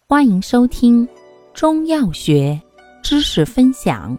欢迎收听中药学知识分享。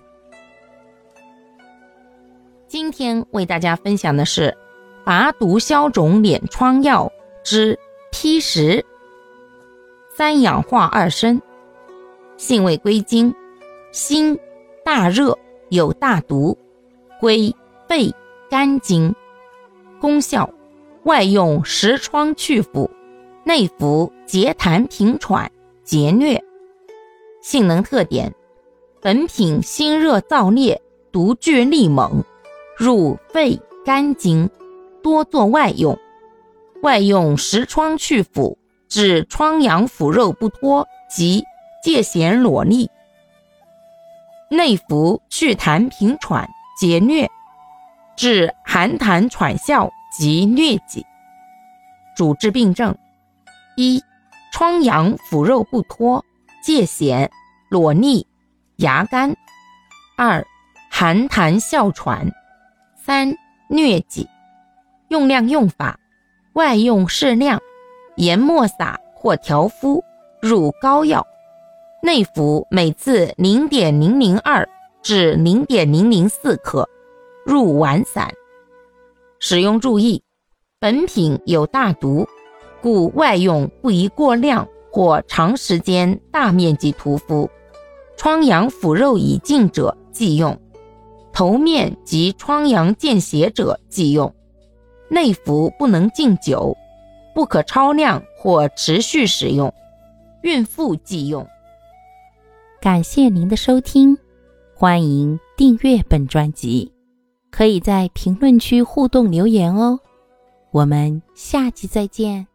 今天为大家分享的是拔毒消肿脸疮药之披石。三氧化二砷，性味归经：辛，大热，有大毒，归肺、肝经。功效：外用实疮去腐，内服结痰平喘节疟。性能特点：本品辛热燥烈，毒剧力猛，入肺肝经，多作外用。外用实疮去腐，治疮疡腐肉不脱及疥癣裸痢；内服祛痰平喘节疟，治寒痰喘哮及疟疾。主治病症：一、疮疡腐肉不脱，疥癣、裸痢、牙干；二、寒痰哮喘；三、疟疾。用量用法：外用适量，研末撒或调敷，入膏药；内服每次 0.002 至 0.004 克，入丸散。使用注意：本品有大毒，故外用不宜过量或长时间大面积涂敷，疮疡腐肉已尽者忌用，头面及疮疡见血者忌用。内服不能禁酒，不可超量或持续使用，孕妇忌用。感谢您的收听，欢迎订阅本专辑，可以在评论区互动留言哦。我们下期再见。